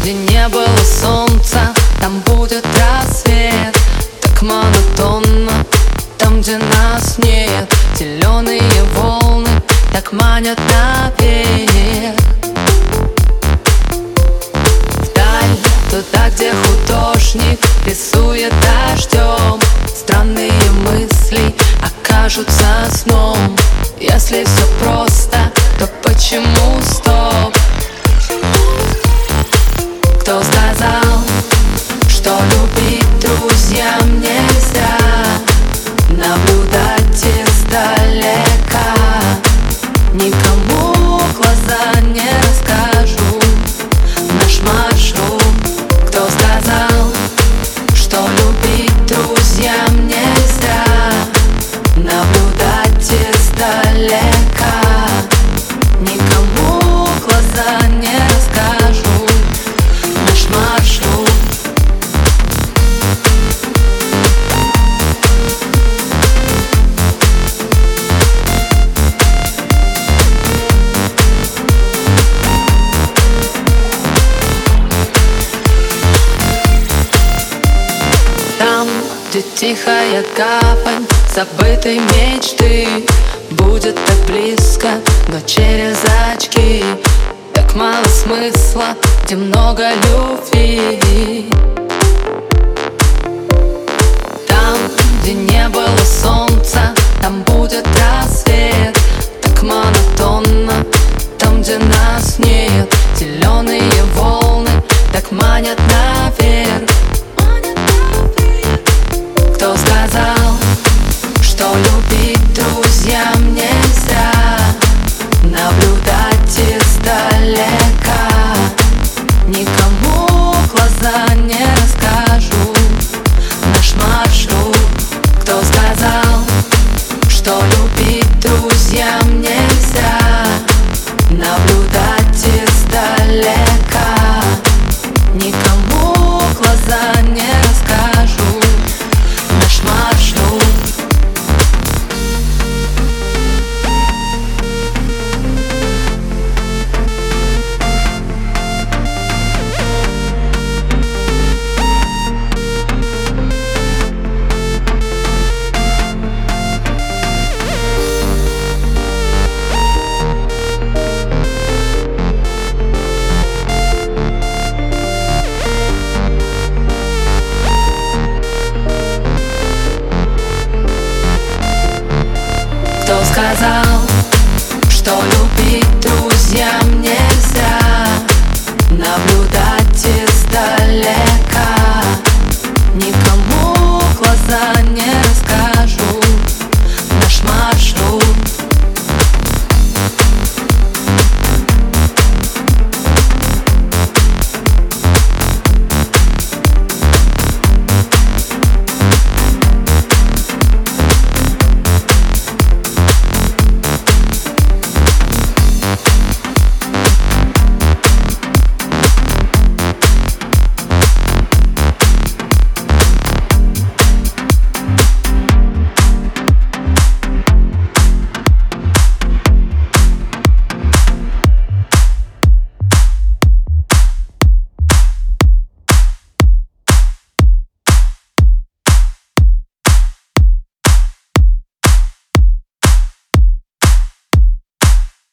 где не было солнца, там будет рассвет. Так монотонно, там, где нас нет. Зеленые волны так манят наверх. Вдаль, туда, где художник рисует дождем. Странные мысли окажутся сном. Если все просто, то почему стоп? Кто сказал, что любить друзьям нельзя? Наблюдать издалека, никому в глаза не расскажу наш маршрут. Кто сказал, что любить друзьям нельзя? Наблюдать издалека, никому в глаза не расскажу наш маршрут. Там, где тихая гавань забытой мечты, будет так близко, но через очки. Так мало смысла, где много любви. Там, где не было солнца, там будет рассвет. Так монотонно, там, где нас нет. Зеленые волны так манят наверх.